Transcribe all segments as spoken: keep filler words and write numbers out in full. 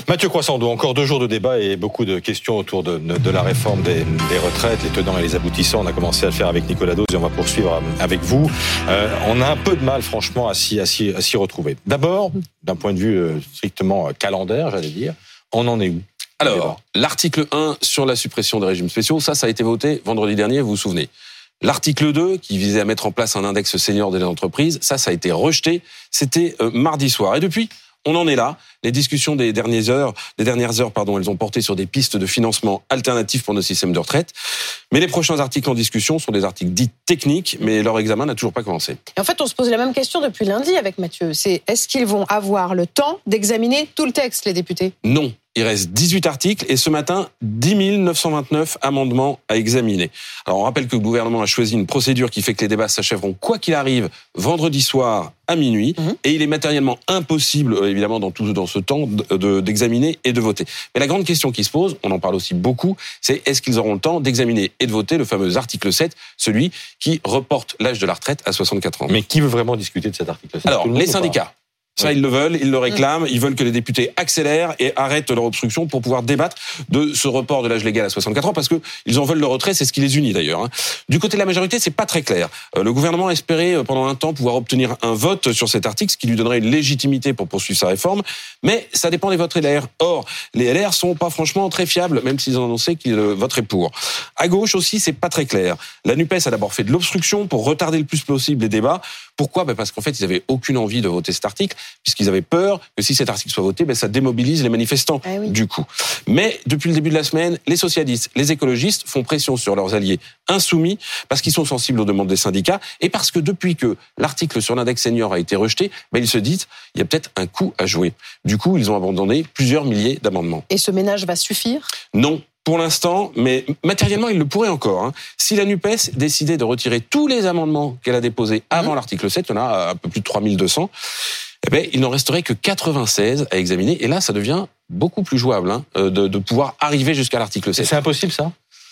Mathieu Croissando, encore deux jours de débat et beaucoup de questions autour de, de la réforme des, des retraites, les tenants et les aboutissants. On a commencé à le faire avec Nicolas Dose et on va poursuivre avec vous. Euh, on a un peu de mal, franchement, à s'y, à s'y, à s'y retrouver. D'abord, d'un point de vue euh, strictement calendaire, j'allais dire, on en est où ? Alors, l'article un sur la suppression des régimes spéciaux, ça, ça a été voté vendredi dernier, vous vous souvenez. L'article deux, qui visait à mettre en place un index senior des entreprises, ça, ça a été rejeté. C'était euh, mardi soir. Et depuis, on en est là. Les discussions des dernières heures, des dernières heures, pardon, elles ont porté sur des pistes de financement alternatifs pour nos systèmes de retraite. Mais les prochains articles en discussion sont des articles dits techniques, mais leur examen n'a toujours pas commencé. Et en fait, on se pose la même question depuis lundi avec Mathieu. C'est est-ce qu'ils vont avoir le temps d'examiner tout le texte, les députés ? Non. Il reste dix-huit articles et ce matin, dix mille neuf cent vingt-neuf amendements à examiner. Alors on rappelle que le gouvernement a choisi une procédure qui fait que les débats s'achèveront quoi qu'il arrive vendredi soir à minuit. Mmh. Et il est matériellement impossible, évidemment, dans tout dans ce temps, de, de, d'examiner et de voter. Mais la grande question qui se pose, on en parle aussi beaucoup, c'est est-ce qu'ils auront le temps d'examiner et de voter le fameux article sept, celui qui reporte l'âge de la retraite à soixante-quatre ans. Mais qui veut vraiment discuter de cet article sept ? Alors, les syndicats. Ça, oui. Ils le veulent, ils le réclament, ils veulent que les députés accélèrent et arrêtent leur obstruction pour pouvoir débattre de ce report de l'âge légal à soixante-quatre ans, parce que ils en veulent le retrait, c'est ce qui les unit d'ailleurs. Du côté de la majorité, c'est pas très clair. Le gouvernement espérait pendant un temps pouvoir obtenir un vote sur cet article, ce qui lui donnerait une légitimité pour poursuivre sa réforme, mais ça dépend des votes L R. Or, les L R sont pas franchement très fiables, même s'ils ont annoncé qu'ils voteraient pour. À gauche aussi, c'est pas très clair. La NUPES a d'abord fait de l'obstruction pour retarder le plus possible les débats. Pourquoi ? Ben parce qu'en fait, ils avaient aucune envie de voter cet article, puisqu'ils avaient peur que si cet article soit voté, ben ça démobilise les manifestants, ah oui. du coup. Mais depuis le début de la semaine, les socialistes, les écologistes font pression sur leurs alliés insoumis, parce qu'ils sont sensibles aux demandes des syndicats, et parce que depuis que l'article sur l'index senior a été rejeté, ben ils se disent, il y a peut-être un coup à jouer. Du coup, ils ont abandonné plusieurs milliers d'amendements. Et ce ménage va suffire ? Non. Pour l'instant, mais matériellement, il le pourrait encore. Hein. Si la NUPES décidait de retirer tous les amendements qu'elle a déposés avant mmh. l'article sept, il y en a un peu plus de trois mille deux cents, eh ben, il n'en resterait que quatre-vingt-seize à examiner. Et là, ça devient beaucoup plus jouable hein, de, de pouvoir arriver jusqu'à l'article sept. C'est impossible, ça ?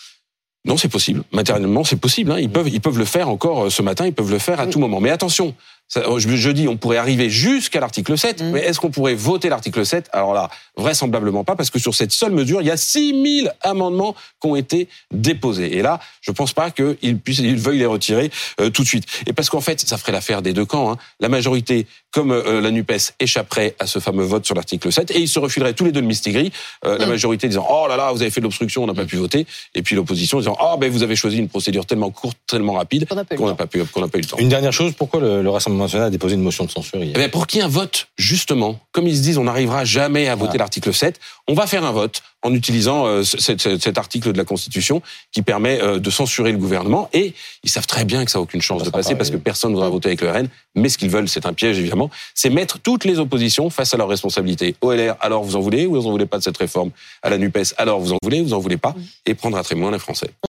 Non, c'est possible. Matériellement, c'est possible. Hein. Ils peuvent, ils peuvent le faire encore ce matin, ils peuvent le faire à tout moment. Mais attention, ça, je, je dis, on pourrait arriver jusqu'à l'article sept, mmh. mais est-ce qu'on pourrait voter l'article sept ? Alors là, vraisemblablement pas, parce que sur cette seule mesure, il y a six mille amendements qui ont été déposés. Et là, je pense pas qu'ils puissent, ils veuillent les retirer euh, tout de suite. Et parce qu'en fait, ça ferait l'affaire des deux camps. Hein. La majorité, comme euh, la NUPES, échapperait à ce fameux vote sur l'article sept, et ils se refileraient tous les deux le mistigris. Euh, mmh. La majorité disant, oh là là, vous avez fait de l'obstruction, on n'a pas pu voter. Et puis l'opposition disant, oh ben vous avez choisi une procédure tellement courte, tellement rapide, qu'on n'a pas, pas, qu'on pas eu le temps. Une dernière chose, pourquoi le, le Rassemblement national a déposé une motion de censure hier ? Eh bien, pour qu'il y ait un vote, justement, comme ils se disent, on n'arrivera jamais à voter ah. l'article sept, on va faire un vote en utilisant euh, cet, cet article de la Constitution qui permet euh, de censurer le gouvernement. Et ils savent très bien que ça n'a aucune chance ça de passer parce que personne ne voudra voter avec le R N. Mais ce qu'ils veulent, c'est un piège, évidemment, c'est mettre toutes les oppositions face à leurs responsabilités. Au L R, alors vous en voulez ou vous en voulez pas de cette réforme ? À la NUPES, alors vous en voulez ou vous en voulez pas ? Et prendre à témoin les Français.